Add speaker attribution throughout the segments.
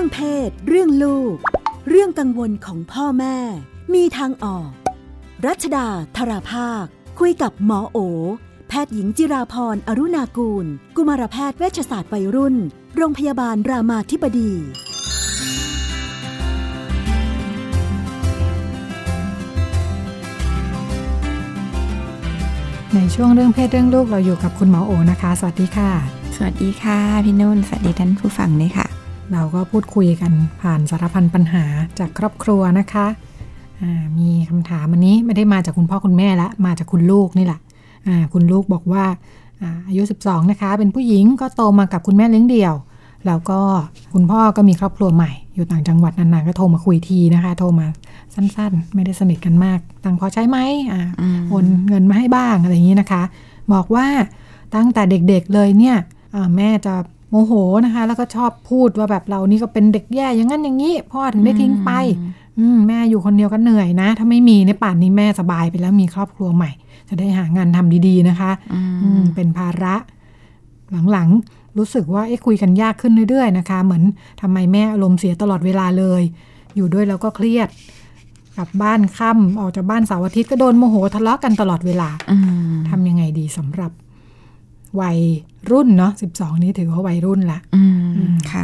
Speaker 1: เพศเรื่องลูกเรื่องกังวลของพ่อแม่มีทางออกรัชดาธราภาคคุยกับหมอโอแพทย์หญิงจิราพรอรุณากูลกุมารแพทย์เวชศาสตร์วัยรุ่นโรงพยาบาลรามาธิบดี
Speaker 2: ในช่วงเรื่องเพศเรื่องลูกเราอยู่กับคุณหมอโอนะคะสวัสดีค่ะ
Speaker 3: สวัสดีค่ะพี่นุ่นสวัสดีท่านผู้ฟังด้วยค่ะ
Speaker 2: เราก็พูดคุยกันผ่านสารพันปัญหาจากครอบครัวนะคะมีคำถามอันนี้ไม่ได้มาจากคุณพ่อคุณแม่ละมาจากคุณลูกนี่แหละคุณลูกบอกว่าอายุ12นะคะเป็นผู้หญิงก็โตมากับคุณแม่เลี้ยงเดี่ยวแล้วก็คุณพ่อก็มีครอบครัวใหม่อยู่ต่างจังหวัดนานๆก็โทรมาคุยทีนะคะโทรมาสั้นๆไม่ได้สนิทกันมากตังพอใช้ไหมโอนเงินมาให้บ้างอะไรอย่างนี้นะคะบอกว่าตั้งแต่เด็กๆเลยเนี่ยแม่จะโมโหนะคะแล้วก็ชอบพูดว่าแบบเรานี่ก็เป็นเด็กแย่อย่างนั้นอย่างนี้พ่อถึงได้ทิ้งไปแม่อยู่คนเดียวก็เหนื่อยนะถ้าไม่มีในป่านนี้แม่สบายไปแล้วมีครอบครัวใหม่จะได้หางานทำดีๆนะคะเป็นภาระหลังๆรู้สึกว่าคุยกันยากขึ้นเรื่อยๆนะคะเหมือนทำไมแม่อารมณ์เสียตลอดเวลาเลยอยู่ด้วยแล้วก็เครียดกลับบ้านค่ำออกจากบ้านเสาร์อาทิตย์ก็โดนโมโหทะเลาะกันตลอดเวลาทำยังไงดีสำหรับวัยรุ่นเนาะ12นี้ถือว่าวัยรุ่นละ
Speaker 3: ค่ะ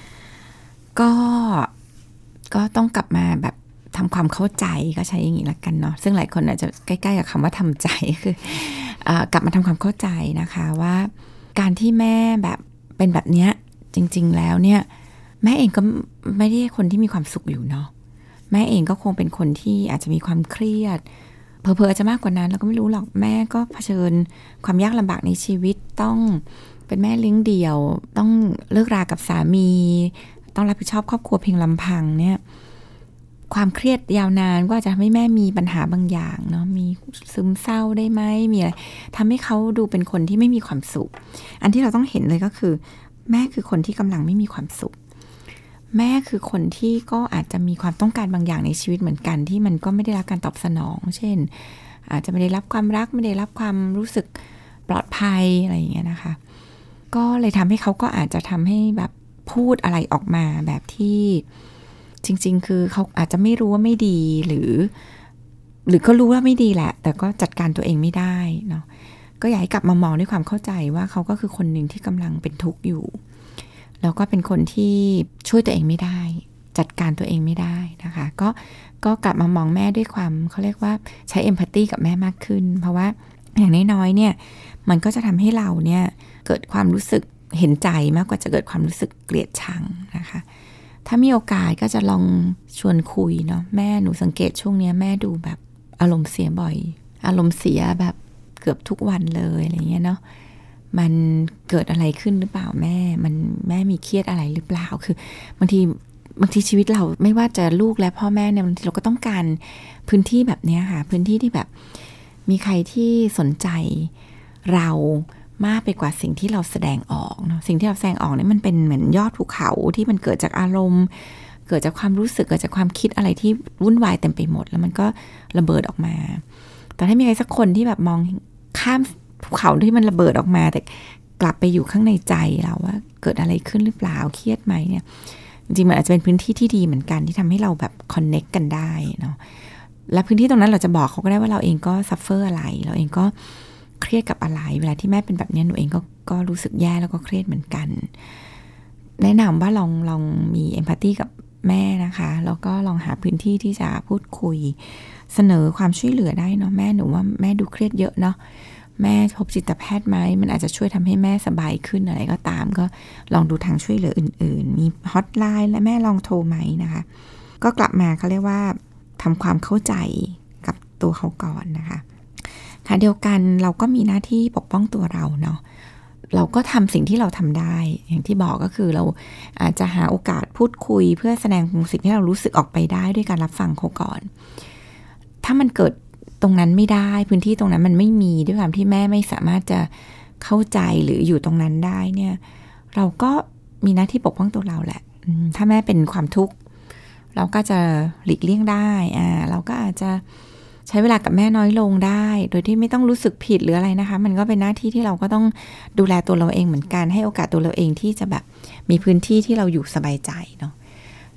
Speaker 3: ก็ต้องกลับมาแบบทำความเข้าใจก็ใช้อย่างนี้ละกันเนาะซึ่งหลายคนอาจจะใกล้ๆกับคำว่าทำใจคือกลับมาทำความเข้าใจนะคะว่าการที่แม่แบบเป็นแบบเนี้ยจริงๆแล้วเนี่ยแม่เองก็ไม่ได้คนที่มีความสุขอยู่เนาะแม่เองก็คงเป็นคนที่อาจจะมีความเครียดเผลอๆอาจจะมากกว่านั้นเราก็ไม่รู้หรอกแม่ก็เผชิญความยากลำบากในชีวิตต้องเป็นแม่เลี้ยงเดี่ยวต้องเลิกรากับสามีต้องรับผิดชอบครอบครัวเพียงลำพังเนี่ยความเครียดยาวนานก็อาจจะทำให้แม่มีปัญหาบางอย่างเนาะมีซึมเศร้าได้ไหมมีอะไรทำให้เขาดูเป็นคนที่ไม่มีความสุขอันที่เราต้องเห็นเลยก็คือแม่คือคนที่กำลังไม่มีความสุขแม่คือคนที่ก็อาจจะมีความต้องการบางอย่างในชีวิตเหมือนกันที่มันก็ไม่ได้รับการตอบสนองเช่นอาจจะไม่ได้รับความรักไม่ได้รับความรู้สึกปลอดภัยอะไรอย่างเงี้ยนะคะก็เลยทำให้เขาก็อาจจะทำให้แบบพูดอะไรออกมาแบบที่จริงๆคือเขาอาจจะไม่รู้ว่าไม่ดีหรือก็รู้ว่าไม่ดีแหละแต่ก็จัดการตัวเองไม่ได้เนาะก็อยากให้กลับมามองด้วยความเข้าใจว่าเขาก็คือคนหนึ่งที่กำลังเป็นทุกข์อยู่แล้วก็เป็นคนที่ช่วยตัวเองไม่ได้จัดการตัวเองไม่ได้นะคะก็กลับมามองแม่ด้วยความเขาเรียกว่าใช้เอมพัตตีกับแม่มากขึ้นเพราะว่าอย่างน้อยๆเนี่ยมันก็จะทำให้เราเนี่ยเกิดความรู้สึกเห็นใจมากกว่าจะเกิดความรู้สึกเกลียดชังนะคะถ้ามีโอกาสก็จะลองชวนคุยเนาะแม่หนูสังเกตช่วงนี้แม่ดูแบบอารมณ์เสียบ่อยอารมณ์เสียแบบเกือบทุกวันเลยอะไรเงี้ยเนาะมันเกิดอะไรขึ้นหรือเปล่าแม่มีเครียดอะไรหรือเปล่าคือบางทีชีวิตเราไม่ว่าจะลูกและพ่อแม่เนี่ยบางทีเราก็ต้องการพื้นที่แบบนี้ค่ะพื้นที่ที่แบบมีใครที่สนใจเรามากไปกว่าสิ่งที่เราแสดงออกเนาะสิ่งที่เราแสดงออกเนี่ยมันเป็นเหมือนยอดภูเขาที่มันเกิดจากอารมณ์เกิดจากความรู้สึกเกิดจากความคิดอะไรที่วุ่นวายเต็มไปหมดแล้วมันก็ระเบิดออกมาแต่ถ้ามีใครสักคนที่แบบมองข้ามภูเขาที่มันระเบิดออกมาแต่กลับไปอยู่ข้างในใจเราว่าเกิดอะไรขึ้นหรือเปล่าเครียดไหมเนี่ยจริงๆมันอาจจะเป็นพื้นที่ที่ดีเหมือนกันที่ทำให้เราแบบคอนเนคกันได้เนาะและพื้นที่ตรงนั้นเราจะบอกเขาก็ได้ว่าเราเองก็ซัฟเฟอร์อะไรเราเองก็เครียดกับอะไรเวลาที่แม่เป็นแบบนี้หนูเองก็รู้สึกแย่แล้วก็เครียดเหมือนกันแนะนำว่าลองมีเอมพัตตีกับแม่นะคะแล้วก็ลองหาพื้นที่ที่จะพูดคุยเสนอความช่วยเหลือได้เนาะแม่หนูว่าแม่ดูเครียดเยอะเนาะแม่พบจิตแพทย์ไหมมันอาจจะช่วยทำให้แม่สบายขึ้นอะไรก็ตามก็ลองดูทางช่วยเหลืออื่นๆมีฮอตไลน์และแม่ลองโทรไหมนะคะก็กลับมาเขาเรียกว่าทำความเข้าใจกับตัวเขาก่อนนะคะค่ะเดียวกันเราก็มีหน้าที่ปกป้องตัวเราเนาะเราก็ทำสิ่งที่เราทำได้อย่างที่บอกก็คือเราอาจจะหาโอกาสพูดคุยเพื่อแสดงสิ่งที่เรารู้สึกออกไปได้ด้วยการรับฟังเขาก่อนถ้ามันเกิดตรงนั้นไม่ได้พื้นที่ตรงนั้นมันไม่มีด้วยความที่แม่ไม่สามารถจะเข้าใจหรืออยู่ตรงนั้นได้เนี่ยเราก็มีหน้าที่ปกป้องตัวเราแหละถ้าแม่เป็นความทุกข์เราก็จะหลีกเลี่ยงได้เราก็อาจจะใช้เวลากับแม่น้อยลงได้โดยที่ไม่ต้องรู้สึกผิดหรืออะไรนะคะมันก็เป็นหน้าที่ที่เราก็ต้องดูแลตัวเราเองเหมือนกันให้โอกาสตัวเราเองที่จะแบบมีพื้นที่ที่เราอยู่สบายใจเนาะ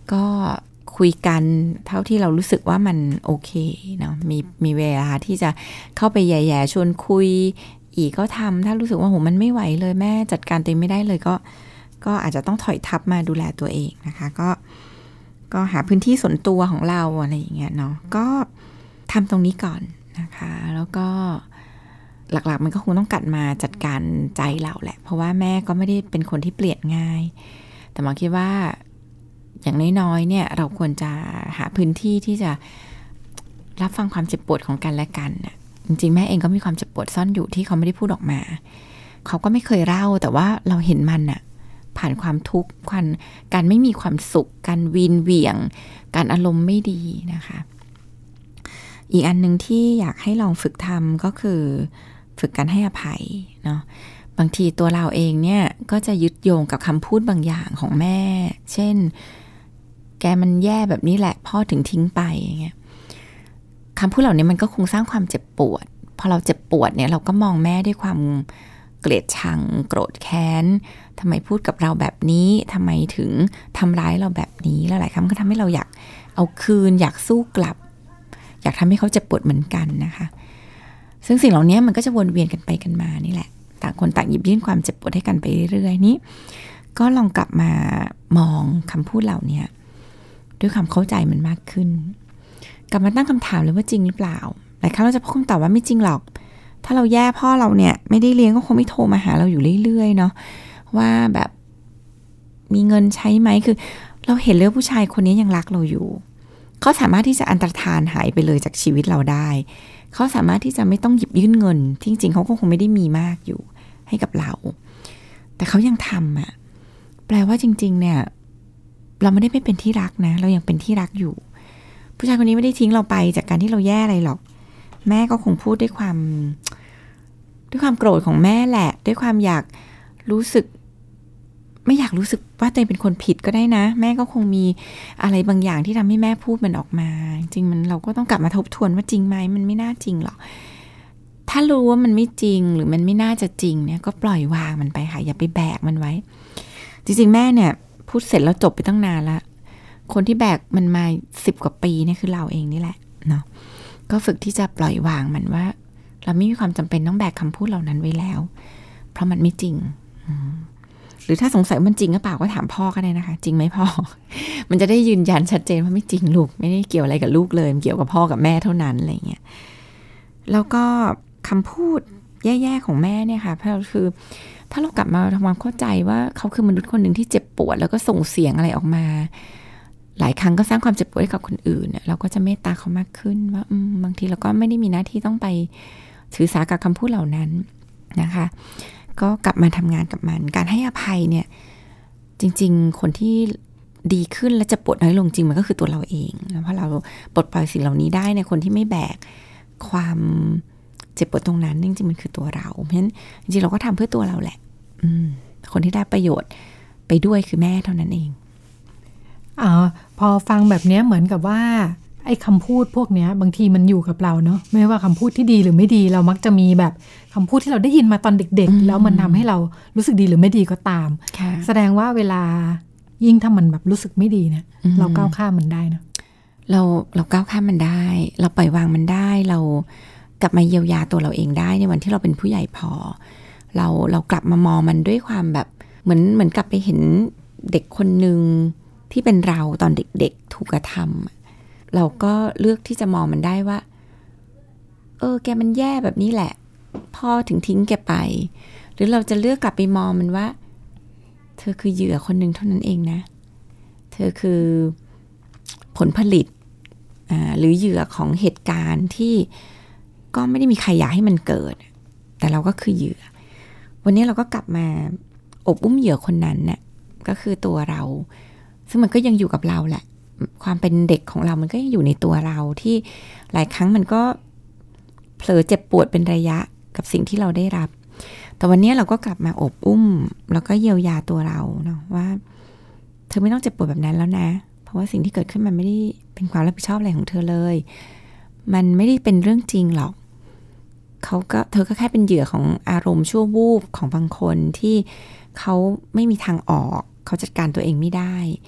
Speaker 3: ก็คุยกันเท่าที่เรารู้สึกว่ามันโอเคเนาะมีเวลาที่จะเข้าไปแย่ๆชวนคุยอีกก็ทำถ้ารู้สึกว่าโหมันไม่ไหวเลยแม่จัดการตัวเองไม่ได้เลยก็อาจจะต้องถอยทับมาดูแลตัวเองนะคะก็หาพื้นที่ส่วนตัวของเราอะไรอย่างเงี้ยเนาะก็ทำตรงนี้ก่อนนะคะแล้วก็หลักๆมันก็คงต้องกลับมาจัดการใจเราแหละเพราะว่าแม่ก็ไม่ได้เป็นคนที่เปลี่ยนง่ายแต่หมอคิดว่าอย่างน้อยๆเนี่ยเราควรจะหาพื้นที่ที่จะรับฟังความเจ็บปวดของกันและกันน่ะจริงๆแม่เองก็มีความเจ็บปวดซ่อนอยู่ที่เขาไม่ได้พูดออกมาเขาก็ไม่เคยเล่าแต่ว่าเราเห็นมันน่ะผ่านความทุกข์การไม่มีความสุขการวีนเหวี่ยงการอารมณ์ไม่ดีนะคะอีกอันนึงที่อยากให้ลองฝึกทำก็คือฝึกการให้อภัยเนาะบางทีตัวเราเองเนี่ยก็จะยึดโยงกับคำพูดบางอย่างของแม่เช่นแกมันแย่แบบนี้แหละพ่อถึงทิ้งไปอย่างเงี้ยคำพูดเหล่านี้มันก็คงสร้างความเจ็บปวดพอเราเจ็บปวดเนี่ยเราก็มองแม่ด้วยความเกลียดชังโกรธแค้นทำไมพูดกับเราแบบนี้ทำไมถึงทำร้ายเราแบบนี้แล้วหลายครั้งก็ทำให้เราอยากเอาคืนอยากสู้กลับอยากทำให้เขาเจ็บปวดเหมือนกันนะคะซึ่งสิ่งเหล่านี้มันก็จะวนเวียนกันไปกันมานี่แหละต่างคนต่างหยิบยื่นความเจ็บปวดให้กันไปเรื่อยๆนี้ก็ลองกลับมามองคำพูดเหล่านี้ด้วยความเข้าใจมันมากขึ้นกลับมาตั้งคำถามเลยว่าจริงหรือเปล่าหลายครั้งเราจะพบคำตอบว่าไม่จริงหรอกถ้าเราแย่พ่อเราเนี่ยไม่ได้เลี้ยงก็คงไม่โทรมาหาเราอยู่เรื่อยๆเนาะว่าแบบมีเงินใช้ไหมคือเราเห็นเลยผู้ชายคนนี้ยังรักเราอยู่เขาสามารถที่จะอันตรธานหายไปเลยจากชีวิตเราได้เขาสามารถที่จะไม่ต้องหยิบยื่นเงินที่จริงเขาก็คงไม่ได้มีมากอยู่ให้กับเราแต่เขายังทำอ่ะแปลว่าจริงๆเนี่ยเราไม่ได้ไม่เป็นที่รักนะเรายังเป็นที่รักอยู่ผู้ชายคนนี้ไม่ได้ทิ้งเราไปจากการที่เราแย่อะไรหรอกแม่ก็คงพูดด้วยความโกรธของแม่แหละด้วยความอยากรู้สึกไม่อยากรู้สึกว่าตัวเองเป็นคนผิดก็ได้นะแม่ก็คงมีอะไรบางอย่างที่ทำให้แม่พูดมันออกมาจริงมันเราก็ต้องกลับมาทบทวนว่าจริงไหมมันไม่น่าจริงหรอกถ้ารู้ว่ามันไม่จริงหรือมันไม่น่าจะจริงเนี่ยก็ปล่อยวางมันไปค่ะอย่าไปแบกมันไว้จริงๆแม่เนี่ยพูดเสร็จแล้วจบไปตั้งนานละคนที่แบกมันมา10 กว่าปีเนี่ยคือเราเองนี่แหละเนาะก็ฝึกที่จะปล่อยวางมันว่าเราไม่มีความจำเป็นต้องแบกคำพูดเหล่านั้นไว้แล้วเพราะมันไม่จริงหรือถ้าสงสัยมันจริงหรือเปล่าก็ถามพ่อก็ได้นะคะจริงไหมพ่อ มันจะได้ยืนยันชัดเจนว่าไม่จริงลูกไม่ได้เกี่ยวอะไรกับลูกเลยมันเกี่ยวกับพ่อกับแม่เท่านั้นอะไรเงี้ยแล้วก็คำพูดแย่ๆของแม่เนี่ยค่ะเพราะคือถ้าเรากลับมาทำความเข้าใจว่าเขาคือมนุษย์คนหนึ่งที่เจ็บปวดแล้วก็ส่งเสียงอะไรออกมาหลายครั้งก็สร้างความเจ็บปวดให้กับคนอื่นเนี่ยเราก็จะเมตตาเขามากขึ้นว่าบางทีเราก็ไม่ได้มีหน้าที่ต้องไปถือสากับคำพูดเหล่านั้นนะคะก็กลับมาทำงานกับมันการให้อภัยเนี่ยจริงๆคนที่ดีขึ้นและจะปวดน้อยลงจริงมันก็คือตัวเราเองเพราะเราปลดปล่อยสิ่งเหล่านี้ได้ในคนที่ไม่แบกความเจ็บปวดตรงนั้นจริงๆมันคือตัวเราเพราะฉะนั้นจริงๆเราก็ทำเพื่อตัวเราแหละคนที่ได้ประโยชน์ไปด้วยคือแม่เท่านั้นเอง
Speaker 2: พอฟังแบบนี้เหมือนกับว่าไอ้คำพูดพวกนี้บางทีมันอยู่กับเราเนาะไม่ว่าคำพูดที่ดีหรือไม่ดีเรามักจะมีแบบคำพูดที่เราได้ยินมาตอนเด็กๆแล้วมันทำให้เรารู้สึกดีหรือไม่ดีก็ตามแสดงว่าเวลายิ่งถ้ามันแบบรู้สึกไม่ดีเนี่ยเราก้าวข้ามมันได้นะ
Speaker 3: เราก้าวข้ามมันได้เราปล่อยวางมันได้เรากลับมาเยียวยาตัวเราเองได้ในวันที่เราเป็นผู้ใหญ่พอเรากลับมามองมันด้วยความแบบเหมือนกลับไปเห็นเด็กคนนึงที่เป็นเราตอนเด็กๆถูกกระทำเราก็เลือกที่จะมองมันได้ว่าแกมันแย่แบบนี้แหละพ่อถึงทิ้งแกไปหรือเราจะเลือกกลับไปมองมันว่าเธอคือเหยื่อคนหนึ่งเท่านั้นเองนะเธอคือผลผลิตหรือเหยื่อของเหตุการณ์ที่ก็ไม่ได้มีใครอยากให้มันเกิดแต่เราก็คือเหยื่อวันนี้เราก็กลับมาอบอุ้มเหยื่อคนนั้นน่ะก็คือตัวเราซึ่งมันก็ยังอยู่กับเราแหละความเป็นเด็กของเรามันก็ยังอยู่ในตัวเราที่หลายครั้งมันก็เผลอเจ็บปวดเป็นระยะกับสิ่งที่เราได้รับแต่วันนี้เราก็กลับมาอบอุ้มแล้วก็เยียวยาตัวเราเนาะว่าเธอไม่ต้องเจ็บปวดแบบนั้นแล้วนะเพราะว่าสิ่งที่เกิดขึ้นมันไม่ได้เป็นความรับผิดชอบอะไรของเธอเลยมันไม่ได้เป็นเรื่องจริงหรอกเธอก็แค่เป็นเหยื่อของอารมณ์ชั่ววูบของบางคนที่เขาไม่มีทางออกเขาจัดการตัวเองไม่ได้เธ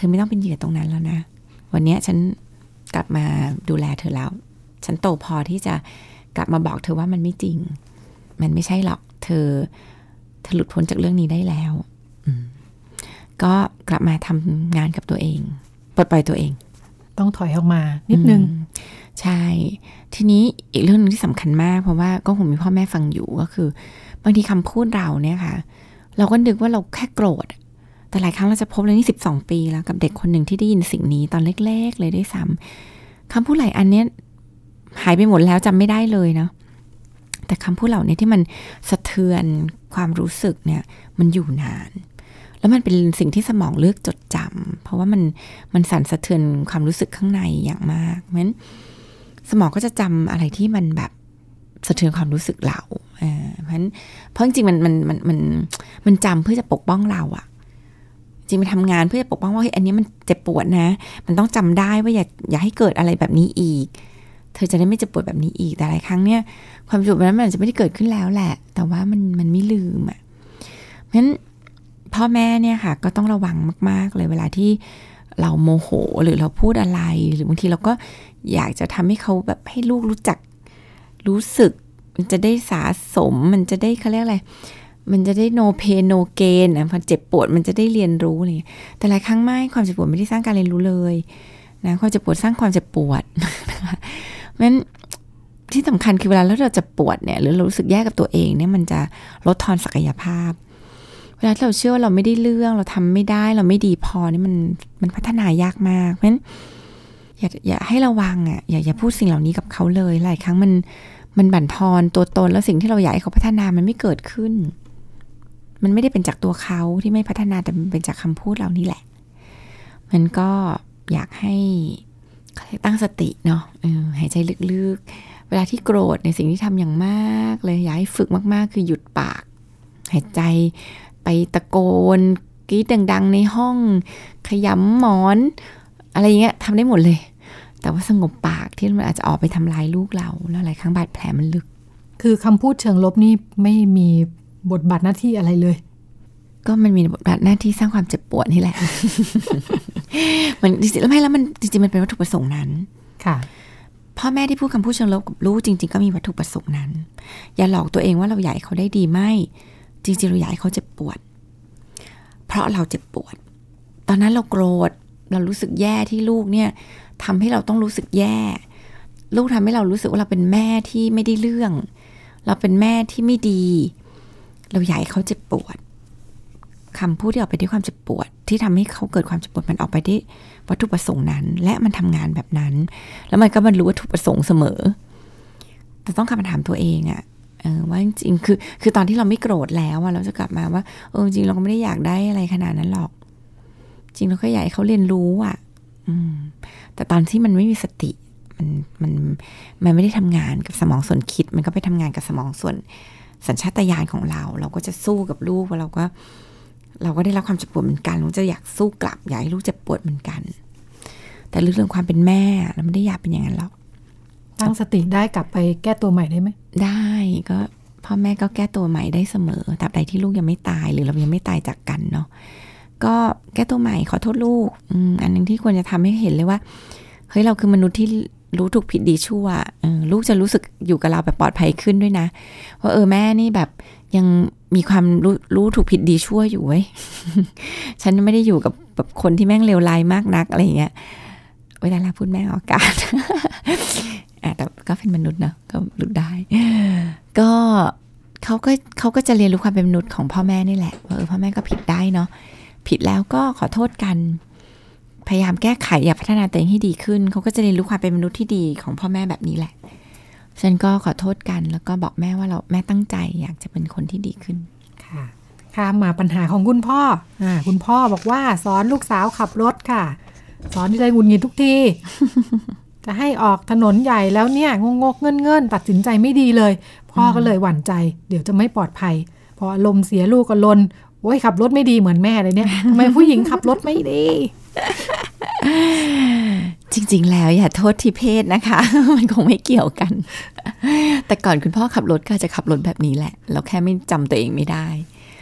Speaker 3: อไม่ต้องเป็นเหยื่อตรงนั้นแล้วนะวันนี้ฉันกลับมาดูแลเธอแล้วฉันโตพอที่จะกลับมาบอกเธอว่ามันไม่จริงมันไม่ใช่หรอกเธอหลุดพ้นจากเรื่องนี้ได้แล้วก็กลับมาทำงานกับตัวเองปลดปล่อยตัวเอง
Speaker 2: ต้องถอยออกมานิดนึง
Speaker 3: ใช่ทีนี้อีกเรื่องนึงที่สำคัญมากเพราะว่าก็คงมีพ่อแม่ฟังอยู่ก็คือบางทีคำพูดเราเนี่ยค่ะเราก็นึกว่าเราแค่โกรธแต่หลายครั้งเราจะพบเลยนี่12 ปีแล้วกับเด็กคนหนึ่งที่ได้ยินสิ่งนี้ตอนเล็กๆเลยด้วยซ้ำคำพูดหลายอันเนี้ยหายไปหมดแล้วจำไม่ได้เลยเนาะแต่คำพูดเหล่านี้ที่มันสะเทือนความรู้สึกเนี่ยมันอยู่นานแล้วมันเป็นสิ่งที่สมองเลือกจดจำเพราะว่ามันสั่นสะเทือนความรู้สึกข้างในอย่างมากเพราะฉะนั้นสมองก็จะจำอะไรที่มันแบบสะเทือนความรู้สึกเราเพราะจริงๆมันจำเพื่อจะปกป้องเราอะจริงมันทำงานเพื่อจะปกป้องว่าเฮ้ยอันนี้มันเจ็บปวดนะมันต้องจำได้ว่าอย่าให้เกิดอะไรแบบนี้อีกเธอจะได้ไม่เจ็บปวดแบบนี้อีกแต่หลายครั้งเนี่ยความเจ็บปวดนั้นมันอาจจะไม่ได้เกิดขึ้นแล้วแหละแต่ว่ามันไม่ลืมอะเพราะฉะนั้นพ่อแม่เนี่ยค่ะก็ต้องระวังมากๆเลยเวลาที่เราโมโหหรือเราพูดอะไรหรือบางทีเราก็อยากจะทำให้เขาแบบให้ลูกรู้จักรู้สึกมันจะได้สะสมมันจะได้เขาเรียกอะไรมันจะได้ no pain no gain นะพอเจ็บปวดมันจะได้เรียนรู้อะไรแต่หลายครั้งไม่ความเจ็บปวดไม่ได้สร้างการเรียนรู้เลยนะความเจ็บปวดสร้างความเจ็บปวดนะคะเพราะฉะนั้นที่สำคัญคือเวลาเราจะปวดเนี่ยหรือเรารู้สึกแย่กับตัวเองเนี่ยมันจะลดทอนศักยภาพเวลาที่เราเชื่อว่าเราไม่ได้เรื่องเราทำไม่ได้เราไม่ดีพอนี่มันพัฒนายากมากเพราะฉะนั้นอย่าให้ระวังอ่ะอย่าพูดสิ่งเหล่านี้กับเขาเลยหลายครั้งมันบั่นทอนตัวตนแล้วสิ่งที่เราอยากให้เขาพัฒนามันไม่เกิดขึ้นมันไม่ได้เป็นจากตัวเขาที่ไม่พัฒนาแต่มันเป็นจากคำพูดเรานี่แหละมันก็อยากให้ตั้งสติเนาะหายใจลึกๆเวลาที่โกรธในสิ่งที่ทำอย่างมากเลยอยากให้ฝึกมากๆคือหยุดปากหายใจไปตะโกนกรี๊ดดังๆในห้องขยำหมอนอะไรอย่างเงี้ยทำได้หมดเลยแต่ว่าสงบปากที่มันอาจจะออกไปทำลายลูกเราแล้วหลายครั้งบาดแผลมันลึก
Speaker 2: คือคำพูดเชิงลบนี่ไม่มีบทบาทหน้าที่อะไรเลย
Speaker 3: ก็มันมีบทบาทหน้าที่สร้างความเจ็บปวดนี่แหละ มันจริงๆแล้วมันจริงๆมันเป็นวัตถุประสงค์นั้น
Speaker 2: ค่ะ
Speaker 3: พ่อแม่ที่พูดคำพูดเชิงลบกับลูกจริงๆก็มีวัตถุประสงค์นั้นอย่าหลอกตัวเองว่าเราอยากให้เขาได้ดีไม่จริงๆเราอยากให้เขาเจ็บปวดเพราะเราเจ็บปวดตอนนั้นเราโกรธเรารู้สึกแย่ที่ลูกเนี่ยทำให้เราต้องรู้สึกแย่ลูกทำให้เรารู้สึกว่าเราเป็นแม่ที่ไม่ได้เรื่องเราเป็นแม่ที่ไม่ดีเราอยากให้เขาเจ็บปวดคำพูดที่ออกไปด้วยความเจ็บปวดที่ทำให้เขาเกิดความเจ็บปวดมันออกไปด้วยวัตถุประสงค์นั้นและมันทำงานแบบนั้นแล้วมันก็บรรลุวัตถุประสงค์เสมอแต่ต้องกลับมาถามตัวเองอะว่าจริงๆคือตอนที่เราไม่โกรธแล้วอะเราจะกลับมาว่าจริงเราก็ไม่ได้อยากได้อะไรขนาดนั้นหรอกจริงเราก็อยากให้เขาเรียนรู้อะแต่ตอนที่มันไม่มีสติมันไม่ได้ทำงานกับสมองส่วนคิดมันก็ไปทำงานกับสมองส่วนสัญชาตญาณของเราก็จะสู้กับลูกว่าเราก็ได้รับความเจ็บปวดเหมือนกันเราจะอยากสู้กลับอยากให้ลูกเจ็บปวดเหมือนกันแต่เรื่องความเป็นแม่เราไม่ได้อยากเป็นอย่างนั้นหรอก
Speaker 2: ตั้งสติได้กลับไปแก้ตัวใหม่ได้ไหม
Speaker 3: ได้ก็พ่อแม่ก็แก้ตัวใหม่ได้เสมอตราบใดที่ลูกยังไม่ตายหรือเรายังไม่ตายจากกันเนาะก็แก้ตัวใหม่ขอโทษลูกอันนึงที่ควรจะทำให้เห็นเลยว่าเฮ้ยเราคือมนุษย์ที่รู้ถูกผิดดีชั่วลูกจะรู้สึกอยู่กับเราแบบปลอดภัยขึ้นด้วยนะว่าแม่นี่แบบยังมีความรู้ถูกผิดดีชั่วอยู่เว้ย ฉันไม่ได้อยู่กับแบบคนที่แม่งเลวร้ายมากนักอะไรอย่างเงี้ยเวลาเราพูดแม่ออกอากาศ แต่ก็เป็นมนุษย์นะก็รู้ได้ก็เขาก็จะเรียนรู้ความเป็นมนุษย์ของพ่อแม่นี่แหละว่าพ่อแม่ก็ผิดได้เนาะผิดแล้วก็ขอโทษกันพยายามแก้ไขอยากพัฒนาตัวเองให้ดีขึ้นเขาก็จะเรียนรู้ความเป็นมนุษย์ที่ดีของพ่อแม่แบบนี้แหละฉันก็ขอโทษกันแล้วก็บอกแม่ว่าแม่ตั้งใจอยากจะเป็นคนที่ดีขึ้น
Speaker 2: ค่ะข้ามมาปัญหาของคุณพ่อคุณพ่อบอกว่าสอนลูกสาวขับรถค่ะสอนที่ไรหงุดหงิดทุกที จะให้ออกถนนใหญ่แล้วเนี่ยงกเงินตัดสินใจไม่ดีเลยพ่อก็เลยหวั่นใจเดี๋ยวจะไม่ปลอดภัยพออารมณ์เสียลูกก็ลนโอ้ยขับรถไม่ดีเหมือนแม่เลยเนี่ยทำไมผู้หญิงขับรถไม่ดี
Speaker 3: จริงๆแล้วอย่าโทษที่เพศนะคะ มันคงไม่เกี่ยวกันแต่ก่อนคุณพ่อขับรถก็จะขับรถแบบนี้แหละเราแค่ไม่จำตัวเองไม่ได้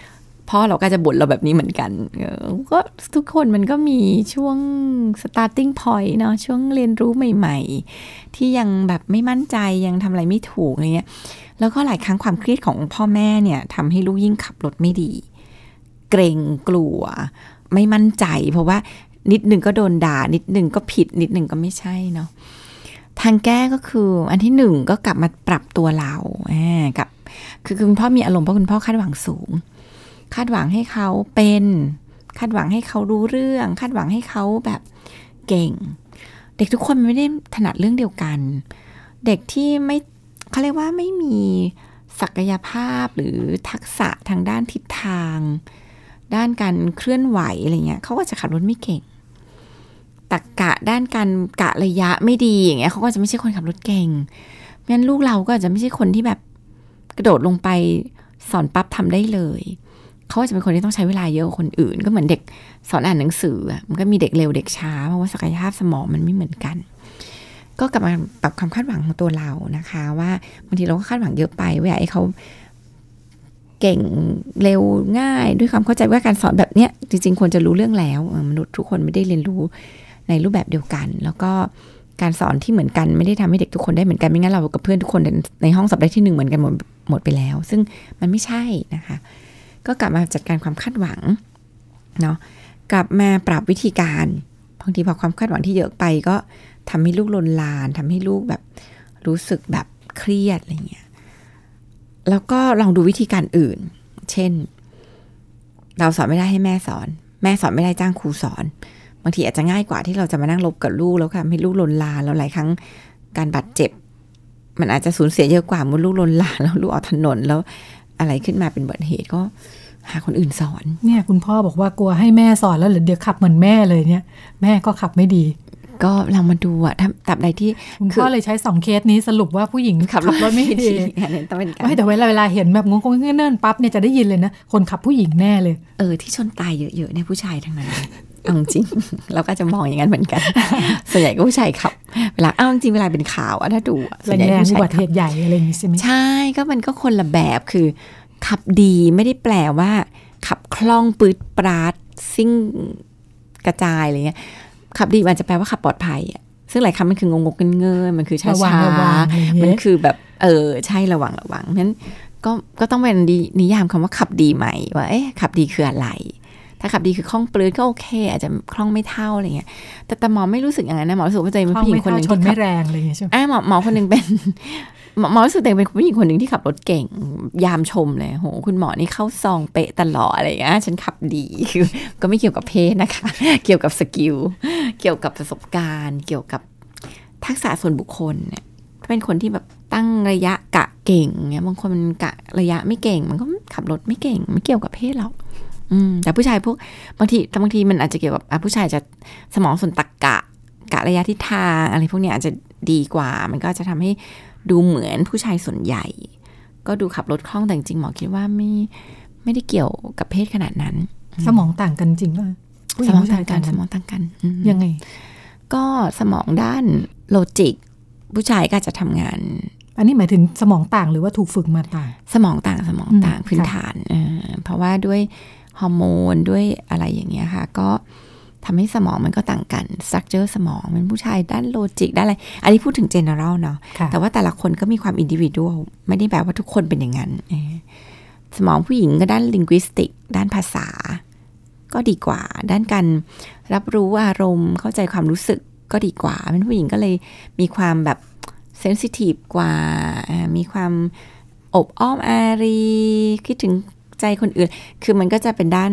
Speaker 3: พ่อเราก็จะบ่นเราแบบนี้เหมือนกันก็ทุกคนมันก็มีช่วง starting point เนาะช่วงเรียนรู้ใหม่ๆที่ยังแบบไม่มั่นใจยังทำอะไรไม่ถูกอะไรเงี้ยแล้วก็หลายครั้งความเครียดของพ่อแม่เนี่ยทำให้ลูกยิ่งขับรถไม่ดีเกรงกลัวไม่มั่นใจเพราะว่านิดนึงก็โดนด่านิดนึงก็ผิดนิดนึงก็ไม่ใช่เนาะทางแก้ก็คืออันที่หนึ่งก็กลับมาปรับตัวเรากับคือคุณพ่อมีอารมณ์เพราะคุณพ่อคาดหวังสูงคาดหวังให้เขาเป็นคาดหวังให้เขารู้เรื่องคาดหวังให้เขาแบบเก่งเด็กทุกคนไม่ได้ถนัดเรื่องเดียวกันเด็กที่ไม่เขาเรียกว่าไม่มีศักยภาพหรือทักษะทางด้านทิศทางด้านการเคลื่อนไหวอะไรเงี้ยเขาก็จะขับรถไม่เก่งตรรกะด้านการกะระยะไม่ดีอย่างเงี้ยเขาก็จะไม่ใช่คนขับรถเก่งงั้นลูกเราก็จะไม่ใช่คนที่แบบกระโดดลงไปสอนปั๊บทำได้เลยเขาจะเป็นคนที่ต้องใช้เวลาเยอะกว่าคนอื่นก็เหมือนเด็กสอนอ่านหนังสือมันก็มีเด็กเร็วเด็กช้าเพราะว่าศักยภาพสมองมันไม่เหมือนกันก็กลับมาปรับความคาดหวังของตัวเรานะคะว่าบางทีเราก็คาดหวังเยอะไปว่าอยากให้เขาเก่งเร็วง่ายด้วยความเข้าใจว่าการสอนแบบเนี้ยจริงๆควรจะรู้เรื่องแล้วมนุษย์ทุกคนไม่ได้เรียนรู้ในรูปแบบเดียวกันแล้วก็การสอนที่เหมือนกันไม่ได้ทำให้เด็กทุกคนได้เหมือนกันไม่งั้นเรากับเพื่อนทุกคนในห้องสอบได้ที่1เหมือนกันหมดไปแล้วซึ่งมันไม่ใช่นะคะก็กลับมาจัดการความคาดหวังเนาะกลับมาปรับวิธีการบางทีพอความคาดหวังที่เยอะไปก็ทำให้ลูกลนลานทำให้ลูกแบบรู้สึกแบบเครียดอะไรเงี้ยแล้วก็ลองดูวิธีการอื่นเช่นเราสอนไม่ได้ให้แม่สอนไม่ได้จ้างครูสอนบางทีอาจจะง่ายกว่าที่เราจะมานั่งลบกับลูกแล้วทำให้ลูกลนลานแล้วหลายครั้งการบาดเจ็บมันอาจจะสูญเสียเยอะกว่าเมื่อลูกลนลานแล้วลูกออกถนนแล้วอะไรขึ้นมาเป็นอุบัติเหตุก็หาคนอื่นสอน
Speaker 2: เนี่ยคุณพ่อบอกว่ากลัวให้แม่สอนแล้วเดี๋ยวขับเหมือนแม่เลยเนี่ยแม่ก็ขับไม่ดี
Speaker 3: ก็เรามาดูอะตับใดที่
Speaker 2: คุณพ่อเลยใช้2เคสนี้สรุปว่าผู้หญิงขับรถไม่ดีไม่แต่เวลาเห็นแบบงงๆเงื่อนๆปั๊บเนี่ยจะได้ยินเลยนะคนขับผู้หญิงแน่เลย
Speaker 3: ที่ชนตายเยอะๆเนี่ยผู้ชายทั้งนั้นเอาจริงเราก็จะมองอย่างนั้นเหมือนกันส่วนใหญ่ก็ผู้ชายขับเวลาเอาจริงเวลาเป็นข่าวอะถ้าดู
Speaker 2: ส่วนใหญ่ผู้ชายขับอุบัติเหตุใหญ่อะไรอย่างนี้ใช่ไหม
Speaker 3: ใช่ก็มันก็คนละแบบคือขับดีไม่ได้แปลว่าขับคล่องปื๊ดปราดซิ่งกระจายอะไรเงี้ยขับดีมันจะแปลว่าขับปลอดภัยอ่ะซึ่งหลายคำมันคืองงๆเงื่อนๆมันคือช้าๆมันคือแบบใช่ระวังเพราะฉะนั้นก็ต้องเป็นนิยามคำว่าขับดีใหม่ว่าขับดีคืออะไรถ้าขับดีคือคล่องปลื้ดก็โอเคอาจจะคล่องไม่เท่าอะไรเงี้ยแต่หมอไม่รู้สึกอย่างนั้นนะหมอรู้สึกว่าตัวเองเป็นผู้หญิงคนนึงที่
Speaker 2: ไม่แรงเลยใช่ไหม
Speaker 3: หมอคนนึงเป็นหมอรู้สึกตัวเองเป็นผู้หญิงคนหนึ่งที่ขับรถเก่งยามชมเลยโหคุณหมอนี่เข้าซองเป๊ะตลอดอะไรอย่างเงี้ยฉันขับดีคือก็ไม่เกี่ยวกับเพศนะคะเกี่ยวกับสกิลเกี่ยวกับประสบการณ์เกี่ยวกับทักษะส่วนบุคคลเนี่ยถ้าเป็นคนที่แบบตั้งระยะกะเก่งเนี่ยบางคนมันกะระยะไม่เก่งมันก็ขับรถไม่เก่งไม่เกี่ยวกับเพศหรอกแต่ผู้ชายพวกบางทีมันอาจจะเกี่ยวกับผู้ชายจะสมองส่วนตรรกะระยะทิศทางอะไรพวกนี้อาจจะดีกว่ามันก็จะทำให้ดูเหมือนผู้ชายส่วนใหญ่ก็ดูขับรถคล่องแต่จริงหมอคิดว่าไม่ได้เกี่ยวกับเพศขนาดนั้น
Speaker 2: สมองต่างกันจริงป่ะ
Speaker 3: สมองต่างกัน
Speaker 2: ยังไง
Speaker 3: ก็สมองด้านโลจิกผู้ชายก็จะทำงาน
Speaker 2: อันนี้หมายถึงสมองต่างหรือว่าถูกฝึกมาต่าง
Speaker 3: สมองต่างพื้นฐานเพราะว่าด้วยฮอร์โมนด้วยอะไรอย่างเงี้ยค่ะก็ทำให้สมองมันก็ต่างกันสตรัคเจอร์สมองเป็นผู้ชายด้านโลจิกด้านอะไรอันนี้พูดถึง general เนาะแต่ว่าแต่ละคนก็มีความ individual ไม่ได้แปลว่าทุกคนเป็นอย่างนั้นสมองผู้หญิงก็ด้าน linguistic ด้านภาษาก็ดีกว่าด้านการรับรู้อารมณ์เข้าใจความรู้สึกก็ดีกว่าเป็นผู้หญิงก็เลยมีความแบบ sensitive กว่ามีความอบอ้อมอารีคิดถึงใจคนอื่นคือมันก็จะเป็นด้าน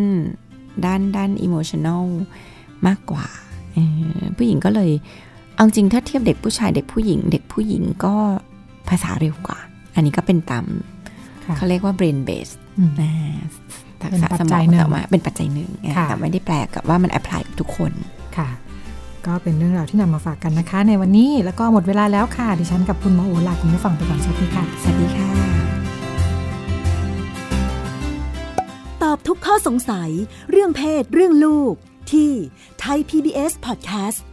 Speaker 3: emotional มากกว่าผู้หญิงก็เลยเอาจริงถ้าเทียบเด็กผู้ชายเด็กผู้หญิงก็ภาษาเร็วกว่าอันนี้ก็เป็นตามเขาเรียกว่า brain base ทักษะสมองแต่ว่าเป็นปัจจัยหนึ่งแต่ไม่ได้แปลกับว่ามัน apply กับทุกคน
Speaker 2: ค่ะก็เป็นเรื่องราวที่นำมาฝากกันนะคะในวันนี้แล้วก็หมดเวลาแล้วค่ะดิฉันกับคุณหมอโอลาคุณผู้ฟังไปก่อนสวัสดีค่ะ
Speaker 3: สวัสดีค่ะ
Speaker 1: ตอบทุกข้อสงสัยเรื่องเพศเรื่องลูกที่ Thai PBS Podcast